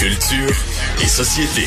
Culture et société.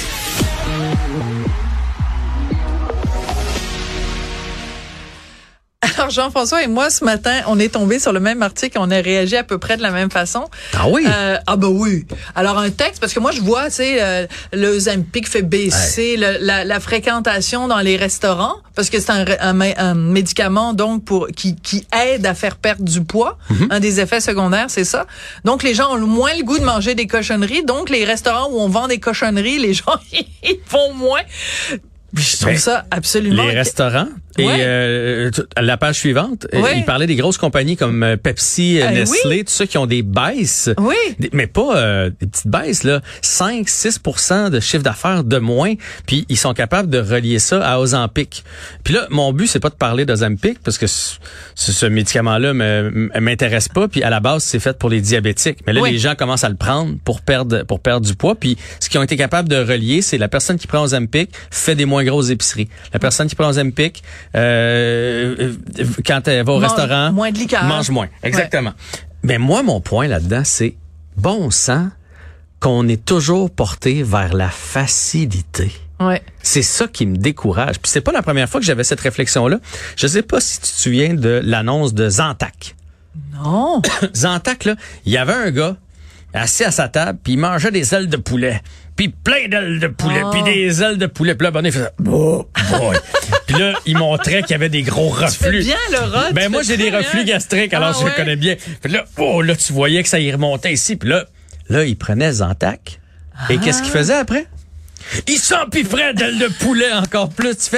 Alors, Jean-François et moi, ce matin, on est tombés sur le même article, on a réagi à peu près de la même façon. Ah oui? Oui. Alors, un texte, parce que moi, je vois, tu sais, le Ozempic fait baisser la fréquentation dans les restaurants, parce que c'est un médicament, donc, qui aide à faire perdre du poids. Mm-hmm. Un des effets secondaires, c'est ça. Donc, les gens ont moins le goût de manger des cochonneries. Donc, les restaurants où on vend des cochonneries, les gens, ils font moins. Je trouve ça absolument... Les restaurants. Et la page suivante, il parlait des grosses compagnies comme Pepsi, Nestlé, tout ça qui ont des baisses. Oui. Mais pas des petites baisses, là. 5-6% de chiffre d'affaires de moins. Puis ils sont capables de relier ça à Ozempic. Puis là, mon but, c'est pas de parler d'Ozempic parce que ce médicament-là m'intéresse pas. Puis à la base, c'est fait pour les diabétiques. Mais là, les gens commencent à le prendre pour perdre du poids. Puis ce qu'ils ont été capables de relier, c'est la personne qui prend Ozempic fait des moins grosses épiceries. La personne qui prend Ozempic, quand elle va au restaurant, moins de liqueur. Mange moins. Exactement. Mais moi, mon point là-dedans, c'est bon sang qu'on est toujours porté vers la facilité. Ouais. C'est ça qui me décourage. Puis c'est pas la première fois que j'avais cette réflexion-là. Je sais pas si tu te souviens de l'annonce de Zantac. Non. Zantac, là, il y avait un gars assis à sa table, puis il mangeait des ailes de poulet. Puis plein d'ailes de poulet, puis des ailes de poulet. Puis là, il faisait oh boy. Puis là, il montrait qu'il y avait des gros reflux. Tu fais bien le rot. Ben moi, j'ai des reflux gastriques, alors je le connais bien. Puis là, là, tu voyais que ça y remontait ici. Puis là, il prenait Zantac. Et qu'est-ce qu'il faisait après? Il s'empiffrait d'ailes de poulet encore plus. Tu fais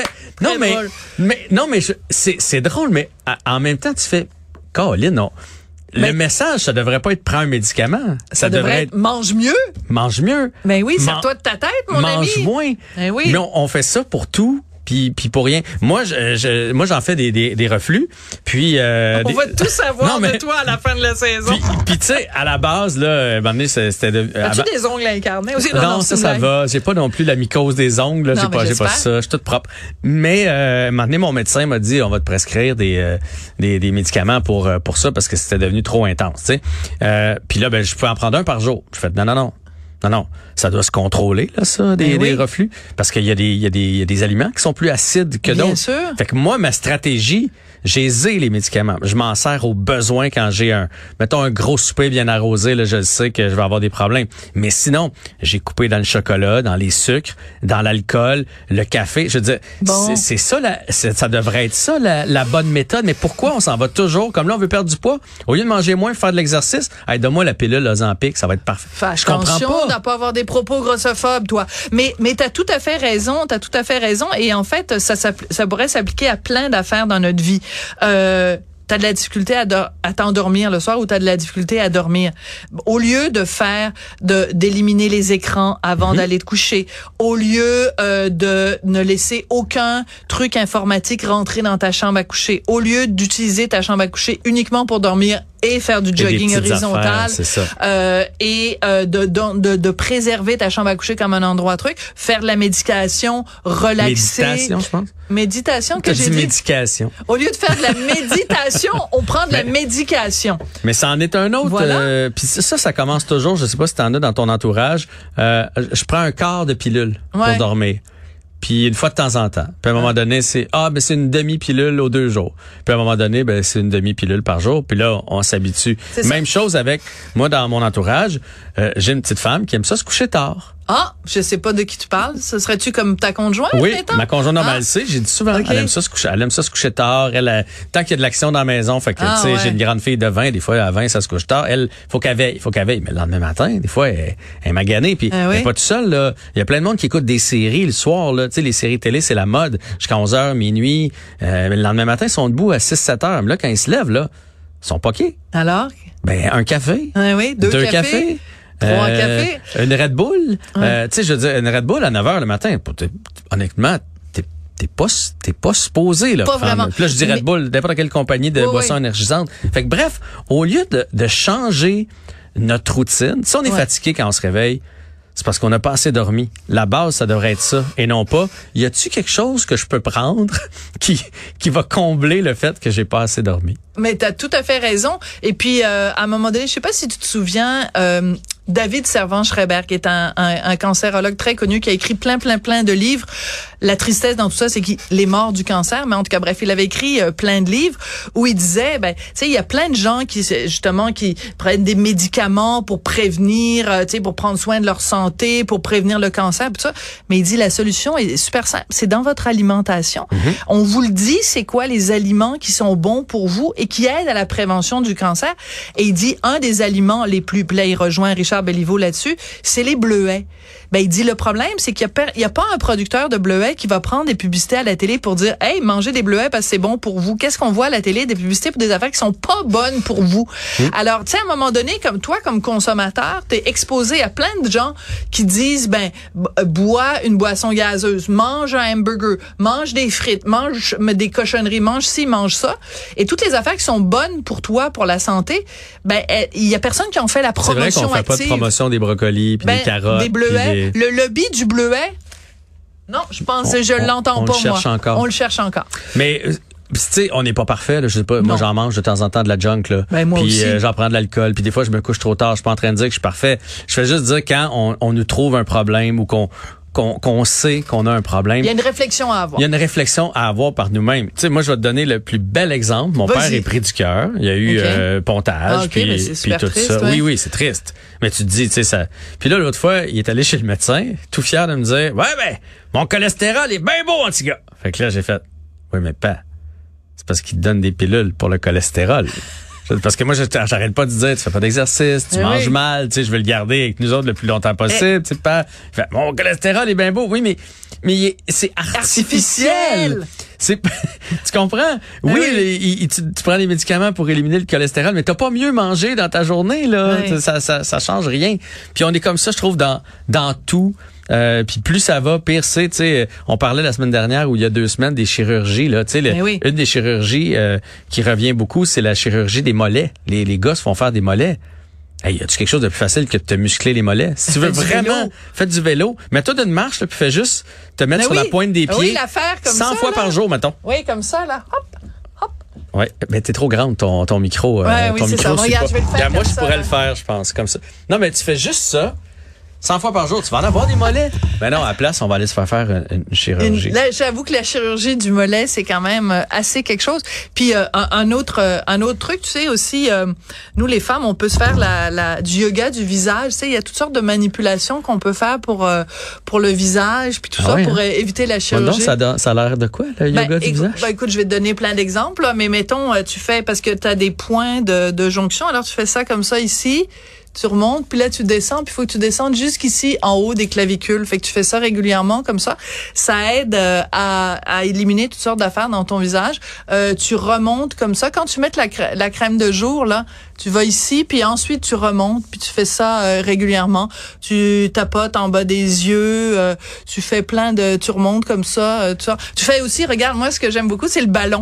c'est drôle, mais en même temps, tu fais Colin, non. Le message, ça devrait pas être prends un médicament. Ça devrait être mange mieux. Mange mieux. Ben oui, sers-toi de ta tête, mon ami. Mange moins. Ben oui. Mais on fait ça pour tout. Puis pour rien. Moi, j'en fais des reflux. Puis on va tout savoir de toi à la fin de la saison. Puis tu sais, à la base là, c'était. As-tu des ongles incarnés aussi? Non, ça va. J'ai pas non plus la mycose des ongles. Là. J'ai pas ça. Je suis toute propre. Mais un moment donné, mon médecin m'a dit, on va te prescrire des médicaments pour ça parce que c'était devenu trop intense. Tu sais. Puis là, je pouvais en prendre un par jour. Je fais non, ça doit se contrôler là, ça, des reflus, parce qu'il y a des aliments qui sont plus acides que d'autres. Bien sûr. Fait que moi, ma stratégie, j'ai les médicaments. Je m'en sers au besoin quand j'ai un gros souper bien arrosé, là, je sais que je vais avoir des problèmes. Mais sinon, j'ai coupé dans le chocolat, dans les sucres, dans l'alcool, le café. Je veux dire, c'est ça, ça devrait être ça, la bonne méthode. Mais pourquoi on s'en va toujours, comme là, on veut perdre du poit? Au lieu de manger moins, faire de l'exercice, donne-moi la pilule Ozempic, ça va être parfait. Je comprends pas. D'à pas avoir des propos grossophobes, toi. Mais t'as tout à fait raison. Et en fait, ça pourrait s'appliquer à plein d'affaires dans notre vie. T'as de la difficulté à t'endormir le soir ou t'as de la difficulté à dormir. Au lieu d'éliminer les écrans avant d'aller te coucher, au lieu de ne laisser aucun truc informatique rentrer dans ta chambre à coucher, au lieu d'utiliser ta chambre à coucher uniquement pour dormir et faire du jogging horizontal, et de préserver ta chambre à coucher comme un endroit truc, faire de la médication, relaxer. Méditation, je pense. Méditation que j'ai dit. Médication. Au lieu de faire de la méditation, on prend de la médication. Mais ça en est un autre. Voilà. Puis ça commence toujours. Je sais pas si t'en as dans ton entourage. Je prends un quart de pilule pour dormir. Puis une fois de temps en temps. Puis à un moment donné, c'est c'est une demi-pilule aux 2 jours. Puis à un moment donné, c'est une demi-pilule par jour. Puis là, on s'habitue. Même chose avec moi dans mon entourage. J'ai une petite femme qui aime ça se coucher tard. Je sais pas de qui tu parles. Ce serait-tu comme ta conjointe? Oui, ma conjointe, elle sait. J'ai dit souvent, elle aime ça se coucher tard. Tant qu'il y a de l'action dans la maison, fait que, tu sais, j'ai une grande fille de 20, des fois, à 20, ça se couche tard. Elle, faut qu'elle veille. Mais le lendemain matin, des fois, elle est maganée. Puis, elle est pas toute seule, là. Il y a plein de monde qui écoute des séries le soir, là. Tu sais, les séries télé, c'est la mode. Jusqu'à 11h, minuit. Mais le lendemain matin, ils sont debout à 6-7 heures. Mais là, quand ils se lèvent, là, ils sont poqués. Alors? Un café. Deux cafés. 3 cafés. Une Red Bull. Tu sais, je veux dire, une Red Bull à 9h le matin. Honnêtement, t'es pas supposé, là. Pas vraiment. Puis là, je dis Red Bull, n'importe quelle compagnie de boissons énergisantes. Fait que bref, au lieu de changer notre routine, si on est fatigué quand on se réveille, c'est parce qu'on n'a pas assez dormi. La base, ça devrait être ça. Et non pas, y a-tu quelque chose que je peux prendre qui va combler le fait que j'ai pas assez dormi? Mais t'as tout à fait raison. Et puis, à un moment donné, je sais pas si tu te souviens, David Servan-Schreiber, qui est un cancérologue très connu, qui a écrit plein de livres. La tristesse dans tout ça, c'est qu'il est mort du cancer, mais en tout cas, bref, il avait écrit plein de livres où il disait, tu sais, il y a plein de gens qui prennent des médicaments pour prévenir, tu sais, pour prendre soin de leur santé, pour prévenir le cancer, tout ça. Mais il dit, la solution est super simple, c'est dans votre alimentation. On vous le dit, c'est quoi les aliments qui sont bons pour vous et qui aident à la prévention du cancer. Et il dit, un des aliments les plus, là, il rejoint Richard Béliveau là-dessus, c'est les bleuets. Il dit, le problème, c'est qu'il y a pas un producteur de bleuets qui va prendre des publicités à la télé pour dire, hey, mangez des bleuets parce que c'est bon pour vous. Qu'est-ce qu'on voit à la télé? Des publicités pour des affaires qui sont pas bonnes pour vous. Alors, tu sais, à un moment donné, comme toi, comme consommateur, t'es exposé à plein de gens qui disent, bois une boisson gazeuse, mange un hamburger, mange des frites, mange des cochonneries, mange ci, mange ça. Et toutes les affaires qui sont bonnes pour toi, pour la santé, il y a personne qui en fait la promotion active. C'est vrai qu'on fait pas de promotion des brocolis puis des carottes. Des bleuets. Le lobby du bleuet, non, je pense que je l'entends pas, moi. On le cherche encore. Mais tu sais, on n'est pas parfait, là, je sais pas, moi j'en mange de temps en temps de la junk là. Moi puis aussi. J'en prends de l'alcool, puis des fois je me couche trop tard, je suis pas en train de dire que je suis parfait. Je fais juste dire quand on nous trouve un problème ou qu'on sait qu'on a un problème. Il y a une réflexion à avoir. Il y a une réflexion à avoir par nous-mêmes. Tu sais, moi, je vais te donner le plus bel exemple. Mon père est pris du cœur. Il y a eu pontage, puis tout triste, ça. ouais. Oui, c'est triste. Mais tu te dis, tu sais, ça... Puis là, l'autre fois, il est allé chez le médecin, tout fier de me dire, mon cholestérol est bien beau, mon petit gars. Fait que là, j'ai fait, oui, mais pas. C'est parce qu'il te donne des pilules pour le cholestérol. Parce que moi, j'arrête pas de dire, tu fais pas d'exercice, tu manges mal, tu sais, je veux le garder avec nous autres le plus longtemps possible, tu sais pas. Mon cholestérol est bien beau, oui, mais c'est artificiel. Tu comprends? Oui, tu prends des médicaments pour éliminer le cholestérol, mais t'as pas mieux mangé dans ta journée, là. Oui. Ça change rien. Puis on est comme ça, je trouve, dans tout. Puis plus ça va, pire c'est. Tu sais, on parlait la semaine dernière ou il y a 2 semaines des chirurgies là. Tu sais, une des chirurgies qui revient beaucoup, c'est la chirurgie des mollets. Les gars se font faire des mollets. Hey, y a-tu quelque chose de plus facile que de te muscler les mollets? Si tu veux vraiment, fais du vélo. Mets-toi d'une marche, là, puis fais juste te mettre sur la pointe des pieds. La faire comme 100 fois par jour, mettons. Oui, comme ça, là. Hop. Ouais, mais t'es trop grande, ton micro. Ton micro, ça. Regarde, je vais le faire. Moi, je pourrais le faire, je pense, comme ça. Non, mais tu fais juste ça. 100 fois par jour, tu vas en avoir des mollets. Mais non, à la place, on va aller se faire une chirurgie. Là, j'avoue que la chirurgie du mollet, c'est quand même assez quelque chose. Puis un autre truc, tu sais aussi, nous les femmes, on peut se faire du yoga du visage. Tu sais, il y a toutes sortes de manipulations qu'on peut faire pour le visage, puis tout ça pour éviter la chirurgie. Non, ça a l'air de quoi, le yoga du visage? Écoute, je vais te donner plein d'exemples, là, mais mettons, tu fais parce que tu as des points de jonction. Alors tu fais ça comme ça ici. Tu remontes, puis là, tu descends, puis il faut que tu descendes jusqu'ici, en haut des clavicules. Fait que tu fais ça régulièrement, comme ça. Ça aide à éliminer toutes sortes d'affaires dans ton visage. Tu remontes comme ça. Quand tu mets la crème de jour, là, tu vas ici, puis ensuite, tu remontes, puis tu fais ça régulièrement. Tu tapotes en bas des yeux. Tu fais tu remontes comme ça. Tu fais aussi, regarde, moi, ce que j'aime beaucoup, c'est le ballon.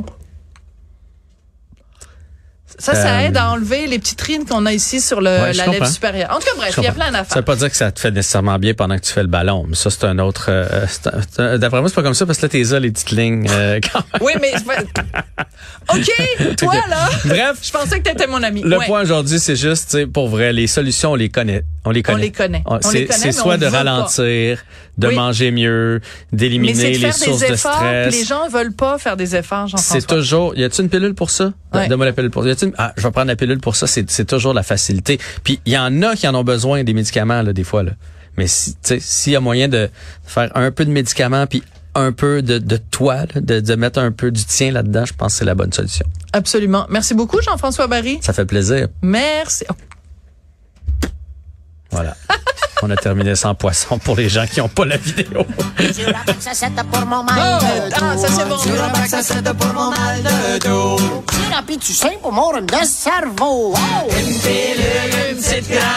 Ça aide à enlever les petites rines qu'on a ici sur la lèvre supérieure. En tout cas, bref, il y a plein d'affaires. Ça veut pas dire que ça te fait nécessairement bien pendant que tu fais le ballon. Mais ça, c'est un autre... d'après moi, c'est pas comme ça parce que là, t'es là, les petites lignes. Quand même. Oui, mais... OK, toi, là... Bref. Je pensais que t'étais mon ami. Le point aujourd'hui, c'est juste, tu sais, pour vrai, les solutions, on les connaît. C'est soit de ralentir, de manger mieux, d'éliminer les sources de stress. Les gens veulent pas faire des efforts, Jean-François. C'est toujours... Y a-tu une pilule pour ça? Donne-moi la pilule pour ça. Je vais prendre la pilule pour ça. C'est toujours la facilité. Puis il y en a qui en ont besoin des médicaments là, des fois là. Mais s'il y a moyen de faire un peu de médicaments puis un peu de toi, là, de mettre un peu du tien là-dedans, je pense que c'est la bonne solution. Absolument. Merci beaucoup, Jean-François Barry. Ça fait plaisir. Merci. Voilà. On a terminé sans poisson pour les gens qui n'ont pas la vidéo. Ça c'est bon. Ça c'est pour mon mal de dos. Puis tu sais pour mon rhume de cerveau. Une pilule, une petite graine.